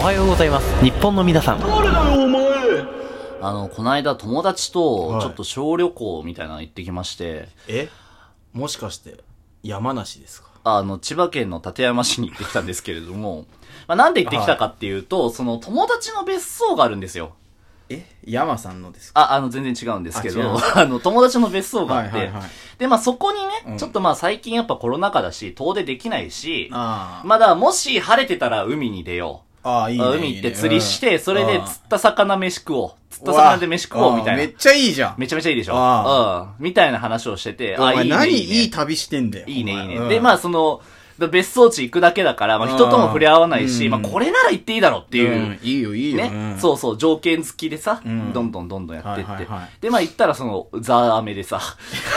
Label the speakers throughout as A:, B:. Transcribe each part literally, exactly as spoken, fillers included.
A: はようございます。日本の皆さん。
B: 誰だよお前。
C: あの、この間友達とちょっと小旅行みたいなの行ってきまして。はい、
B: えもしかして山梨ですか？
C: あの、千葉県の館山市に行ってきたんですけれども、まあ、なんで行ってきたかっていうと、はい、その友達の別荘があるんですよ。
B: え山さんのですか？
C: あ、あの、全然違うんですけど、あ, あの、友達の別荘があって、はいはいはい、で、まあ、そこにね、うん、ちょっとまあ、最近やっぱコロナ禍だし、遠出できないし、あまだもし晴れてたら海に出よう。ああ、いいね。海行って釣りして、いいね、それで釣った魚飯食おう。釣った魚で飯食おうみたいな。
B: めっちゃいいじゃん。
C: めちゃめちゃいいでしょ。うん。みたいな話をしてて、
B: あ、いいね。何いい旅してんだよ。
C: いいね、いいね。で、まあ、その、別荘地行くだけだから、まあ、人とも触れ合わないし、まあ、これなら行っていいだろうっていう。うん、
B: いいよ、いいよ。
C: ね。そうそう、条件付きでさ、どんどんどんどんやってって。で、まあ、行ったらその、ザー雨でさ、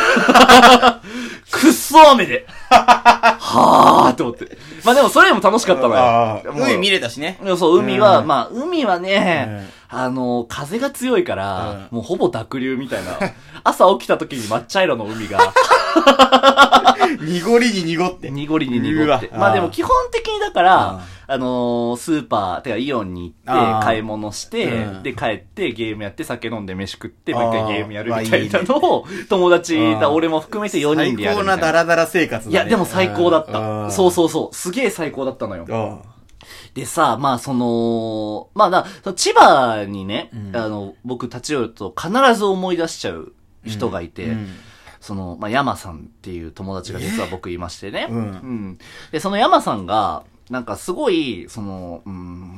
C: くっそ雨で。はーって思って。まあでもそれでも楽しかったのよ。
B: 海見れたしね。
C: そう、海は、まあ、海はね、あの、風が強いから、もうほぼ濁流みたいな。朝起きた時に真っ茶色の海が。
B: 濁りに濁って。
C: 濁りに濁って。まあでも基本的にだから、あのー、スーパー、てかイオンに行って、買い物して、で帰ってゲームやって酒飲んで飯食って、もう一回ゲームやるみたいなのを、友達、俺も含めてよにんでやるみたいな。
B: 最高なダラダラ生活だね。
C: いや、でも最高だった。そうそうそう。すげえ最高だったのよ。でさ、まあその、まあな、千葉にね、うん、あの、僕立ち寄ると必ず思い出しちゃう人がいて、うんうん、その、まあ山さんっていう友達が実は僕いましてね。うん、うん。で、その山さんが、なんかすごい、その、うん、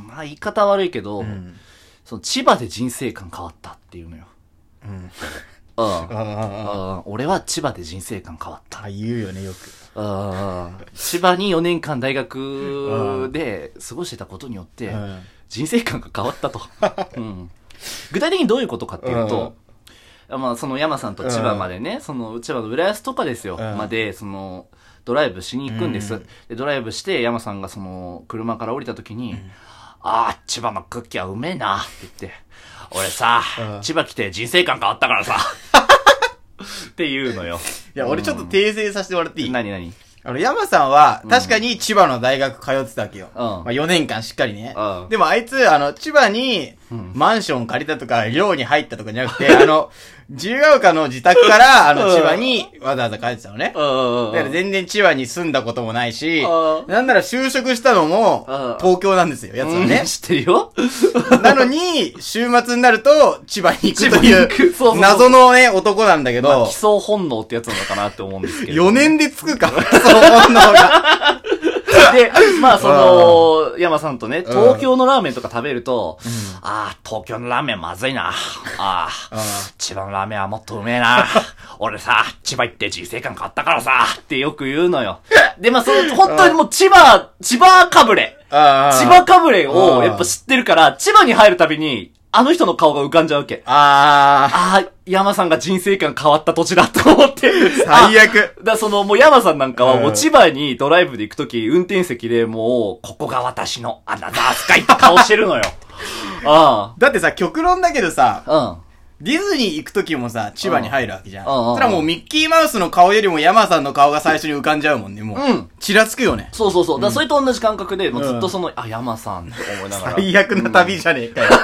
C: まあ言い方悪いけど、うん、その千葉で人生観変わったっていうのよ。うん。うん、あ俺は千葉で人生観変わった。
B: あ、言うよね、よく。
C: あ千葉によねんかん大学で過ごしてたことによって、人生観が変わったと。うん、具体的にどういうことかっていうと、まあ、その山さんと千葉までね、その千葉の浦安とかですよ、まで、その、ドライブしに行くんです。で、ドライブして山さんがその、車から降りた時に、ああ、千葉の空気はうめえなって言って、俺さ、千葉来て人生観変わったからさ。っていうのよ。
B: いや、俺ちょっと訂正させてもらっていい？
C: 何何？
B: あの、山さんは、確かに千葉の大学通ってたわけよ。うん。まあよねんかんしっかりね。うん。でもあいつ、あの、千葉に、マンション借りたとか、寮に入ったとかじゃなくて、あの、自由が丘の自宅から、あの、千葉にわざわざ帰ってたのね。うん。だから全然千葉に住んだこともないし、なんなら就職したのも、東京なんですよ、やつはね。
C: 知ってるよ。
B: なのに、週末になると、千葉に行くという、謎のね、男なんだけど。
C: 基礎本能ってやつなのかなって思うんですけど。
B: よねんでつくか、基礎本能が。
C: で、まあその、山さんとね、東京のラーメンとか食べると、うん、ああ、東京のラーメンまずいな。ああ、千葉のラーメンはもっとうめえな。俺さ、千葉行って人生観変わったからさ、ってよく言うのよ。で、まあその、本当にもう千葉、千葉かぶれ。千葉かぶれをやっぱ知ってるから、千葉に入るたびに、あの人の顔が浮かんじゃうわけ。ああ。ああ、山さんが人生観変わった土地だと思って。
B: 最悪。
C: だそのもう山さんなんかはもう千葉にドライブで行くとき、運転席でもう、ここが私のアナザースカイって顔してるのよ。ああ。
B: だってさ、極論だけどさ、うん。ディズニー行くときもさ、千葉に入るわけじゃん。そしたらもうミッキーマウスの顔よりも山さんの顔が最初に浮かんじゃうもんね、もう。うん。ちらつくよね。
C: そうそうそう。だからそれと同じ感覚で、もうずっとその、あ、山さんって思いながら。
B: 最悪な旅じゃねえかよ。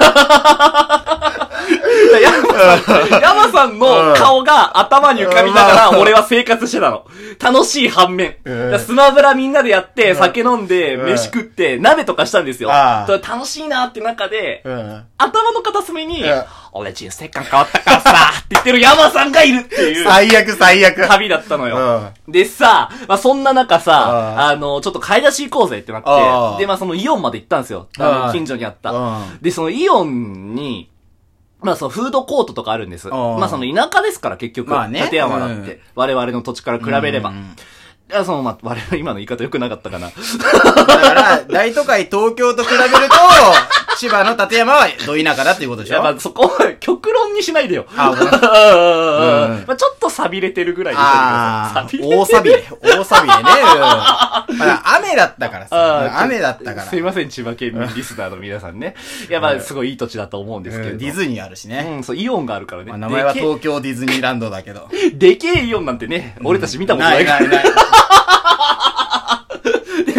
C: 山さんの顔が頭に浮かびながら俺は生活してたの。楽しい反面。スマブラみんなでやって、酒飲んで、飯食って、鍋とかしたんですよ。楽しいなって中で、頭の片隅に、俺人生観変わったからさって言ってる山さんがいるっていう。
B: 最悪最悪。
C: 旅だったのよ。でさ、まあそんな中さ、あの、ちょっと買い出し行こうぜってなって、で、まあそのイオンまで行ったんですよ。近所にあった。で、そのイオンに、まあそのフードコートとかあるんです。まあその田舎ですから結局。まあね。立山だって。うん、我々の土地から比べれば。うんうん、いや、そのまあ、我々今の言い方良くなかったかな。
B: だから、大都会東京と比べると、千葉の立山はど田舎だっていうことでしょ？いや、
C: まあそこは極論にしないでよ。あ、うん、まあちょっと錆びれてるぐらいで。
B: ああ、大錆びれ。大錆びれね。うん、まあ、雨だったからさ。雨だったから。
C: すいません、千葉県民リスナーの皆さんね。いや、まあすごいいい土地だと思うんですけど、うん。
B: ディズニーあるしね。
C: うん、そう、イオンがあるからね。
B: まあ、名前は東京ディズニーランドだけど。
C: でけえイオンなんてね、俺たち見たことないから。ないないない。で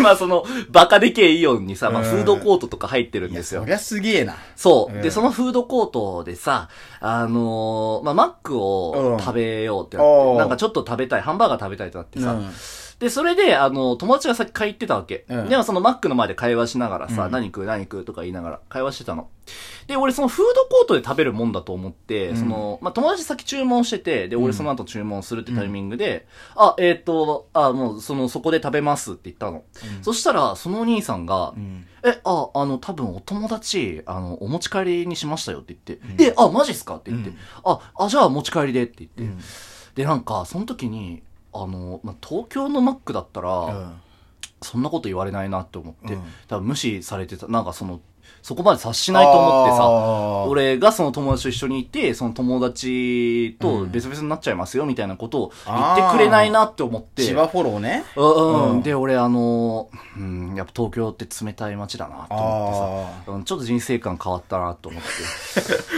C: で、まあその、バカでけえイオンにさ、まあフードコートとか入ってるんですよ。
B: そりゃすげえな。
C: そう。で、そのフードコートでさ、あのー、まあマックを食べようってなって、なんかちょっと食べたい、ハンバーガー食べたいってなってさ、で、それで、あの、友達が先帰ってたわけ。でもそのマックの前で会話しながらさ、何食う何食うとか言いながら会話してたの。で、俺そのフードコートで食べるもんだと思って、その、まあ友達先注文してて、で、俺その後注文するってタイミングで、あ、えっと、あ、もうその、そこで食べますって言ったの。そしたら、そのお兄さんが、え、あ、あの、多分お友達、あの、お持ち帰りにしましたよって言って、え、あ、マジっすかって言って、あ、あ、じゃあ持ち帰りでって言って、で、なんか、その時に、あの、まあ、東京のマックだったら、うん、そんなこと言われないなって思って、うん、多分無視されてた、なんかその、そこまで察しないと思ってさ、俺がその友達と一緒にいて、その友達と別々になっちゃいますよみたいなことを言ってくれないなって思って。
B: 千葉フォローね。
C: うん、うん。で、俺あの、うん、やっぱ東京って冷たい街だなと思ってさ、うん、ちょっと人生観変わったなと思って。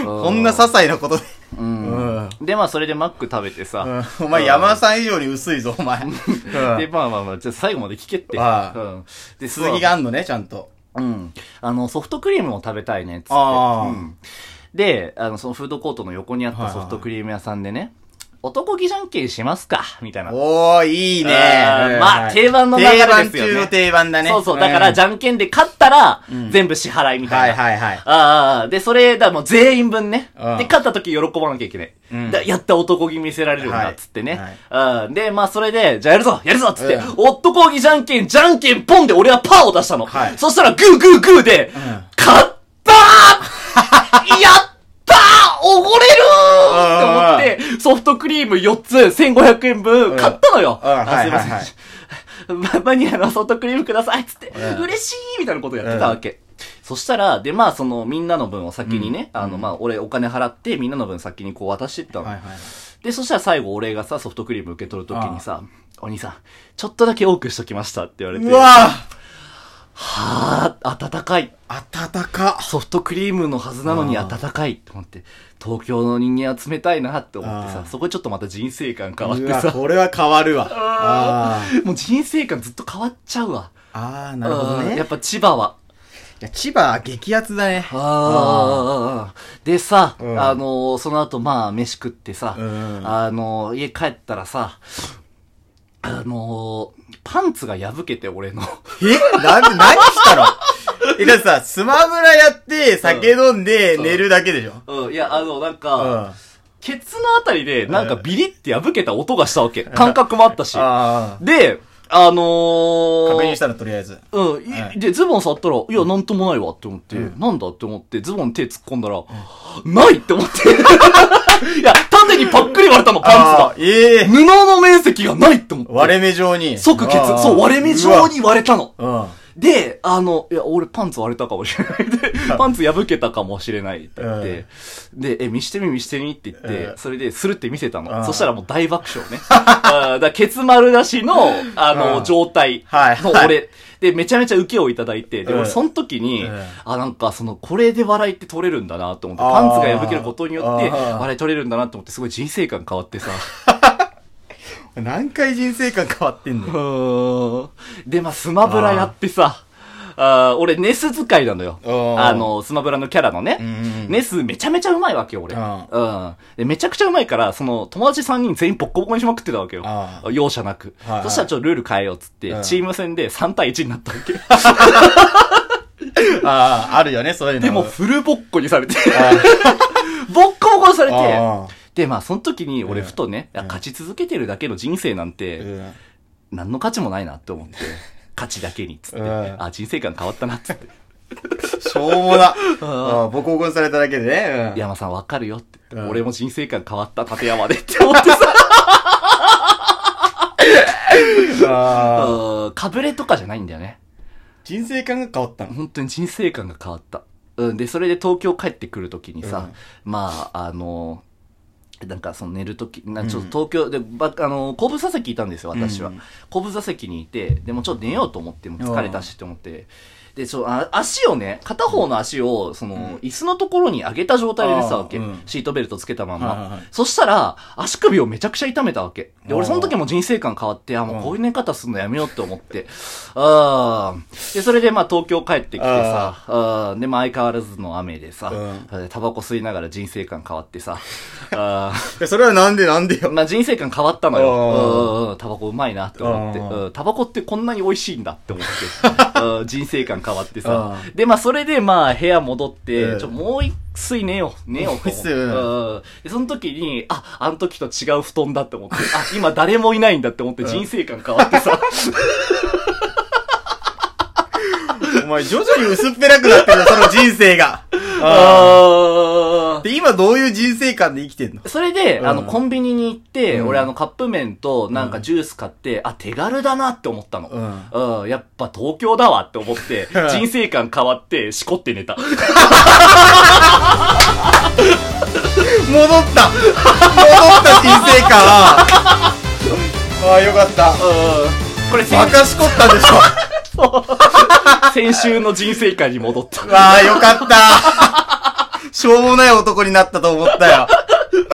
B: こんな些細なことで。
C: うん。で、まあそれでマック食べてさ。
B: うん、お前山田さん以上に薄いぞ、お前。
C: で、まあまあまあ、じゃあ最後まで聞けって。うん。
B: で、続きがあんのね、ちゃんと。
C: うん。あの、ソフトクリームを食べたいね、つって。うん。で、あの、そのフードコートの横にあったソフトクリーム屋さんでね、はいはい、男気じゃんけんしますかみたいな。
B: おー、いいね。
C: まあ、定番の流れですよね。定番
B: 中の定番だね。
C: そうそう。だから、じゃんけんで勝ったら、全部支払いみたいな。
B: はいはいはい。
C: ああ、で、それ、だもう全員分ね。で、勝った時喜ばなきゃいけない。やった男気見せられるんだ、つってね。で、まあ、それで、じゃあやるぞやるぞつって、男気じゃんけん、じゃんけんポンで俺はパーを出したの。そしたら、グーグーグーで、勝ったーやっおごれるーって思って、ソフトクリームよっつ、せんごひゃくえんぶん買ったのよ。あ、すいません。マニアのソフトクリームくださいっつって、嬉しいみたいなことやってたわけ。そしたら、で、まあ、その、みんなの分を先にね、あの、まあ、俺お金払って、みんなの分先にこう渡していったの。で、そしたら最後俺がさ、ソフトクリーム受け取るときにさ、お兄さん、ちょっとだけ多くしときましたって言われて。
B: うわぁ
C: はぁ、温かい。
B: 温か。
C: ソフトクリームのはずなのに温かいって思って、東京の人間は冷たいなって思ってさ、そこでちょっとまた人生観変わってさ。
B: これは変わるわ。あ
C: もう人生観ずっと変わっちゃうわ。
B: ああ、なるほどね。
C: やっぱ千葉は。
B: いや、千葉激アツだね。
C: ああ。でさ、うん、あのー、その後まあ飯食ってさ、うん、あのー、家帰ったらさ、あのー、パンツが破けて俺の。
B: えなんで、何したのえ、だってさ、スマブラやって、酒飲んで、寝るだけでしょ、
C: うん、うん。いや、あの、なんか、うん、ケツのあたりで、なんかビリって破けた音がしたわけ。感覚もあったし。で、あのー、
B: 確認したらとりあえず。
C: うん。はい、で、ズボン触ったら、いや、なんともないわって思って、うん、なんだって思って、ズボン手突っ込んだら、うん、ないって思って。いや、縦にパックリ割れたの、パンツが。ええー。布の面積がないって思って。
B: 割れ目状に。
C: 即ケツ。そう、割れ目状に割れたの。うん。で、あの、いや、俺パンツ割れたかもしれない。で、パンツ破けたかもしれないって言って、うん、で、え、見してみ見してみって言って、うん、それで、スルって見せたの。うん、そしたらもう大爆笑ね。あだケツ丸出しの、あの、うん、状態の俺、はい。で、めちゃめちゃ受けをいただいて、で、俺その時に、うん、あ、なんか、その、これで笑いって取れるんだなと思って、パンツが破けることによって、笑い取れるんだなと思って、すごい人生観変わってさ。
B: 何回人生観変わってんの
C: で、まあ、スマブラやってさ、あ俺、ネス使いなのよ。あの、スマブラのキャラのね。うん、ネスめちゃめちゃうまいわけよ、俺。うん。で、めちゃくちゃうまいから、その、友達さんにん全員ボッコボコにしまくってたわけよ。容赦なく。はいはい、そしたらちょっとルール変えようっつって、うん、チーム戦でさんたいいちになったわけ。
B: ああ、あるよね、そういうの。
C: でも、フルボッコにされて。ボッコボコにされて。で、まあ、その時に俺ふとね、うん、勝ち続けてるだけの人生なんて、うん、何の価値もないなって思って、勝ちだけにっつって、うん、あ、人生観変わったなっつって。
B: しょうもな。ボコボコにされただけでね。
C: うん、山さんわかるよって、うん、俺も人生観変わった立山でって思ってさ。あかぶれとかじゃないんだよね。
B: 人生観が変わったの？
C: 本当に人生観が変わった。うん、で、それで東京帰ってくるときにさ、うん、まあ、あの、なんかその寝るとき、なちょっと東京で、ば、あの、後部座席いたんですよ、私は。後部座席にいて、でもちょっと寝ようと思って、も疲れたしって思って、 で、ちょ、あ足をね、片方の足を、その、うん、椅子のところに上げた状態で寝てたわけ、うん。シートベルトつけたまんま。はいはいはい、そしたら、足首をめちゃくちゃ痛めたわけ。で、俺その時も人生観変わって、あ、もうこういう寝方すんのやめようって思って。あで、それでまあ東京帰ってきてさ、あで、まあ相変わらずの雨でさ、うん、タバコ吸いながら人生観変わってさ。あ
B: それはなんでなんでよ。
C: まあ人生観変わったのよ。タバコうまいなって思って、うん。タバコってこんなに美味しいんだって思って。人生観変わってさ。で、まあそれでまあ部屋戻って、ちょ、もう一睡寝よう、寝ようと思って。うんで、その時に、あ、あの時と違う布団だって思って、あ、今誰もいないんだって思って人生観変わってさ。
B: お前徐々に薄っぺらくなってるよ、その人生が。あで、今どういう人生観で生きてんの？
C: それで、うん、あの、コンビニに行って、うん、俺あの、カップ麺となんかジュース買って、うん、あ、手軽だなって思ったの。うん。うん、やっぱ東京だわって思って、人生観変わって、しこって寝た。戻った
B: 戻った人生観ああ、よかった。うん。これ、バカしこったでしょ。
C: 先週の人生観に戻った。
B: わあ、よかった。しょうもない男になったと思ったよ。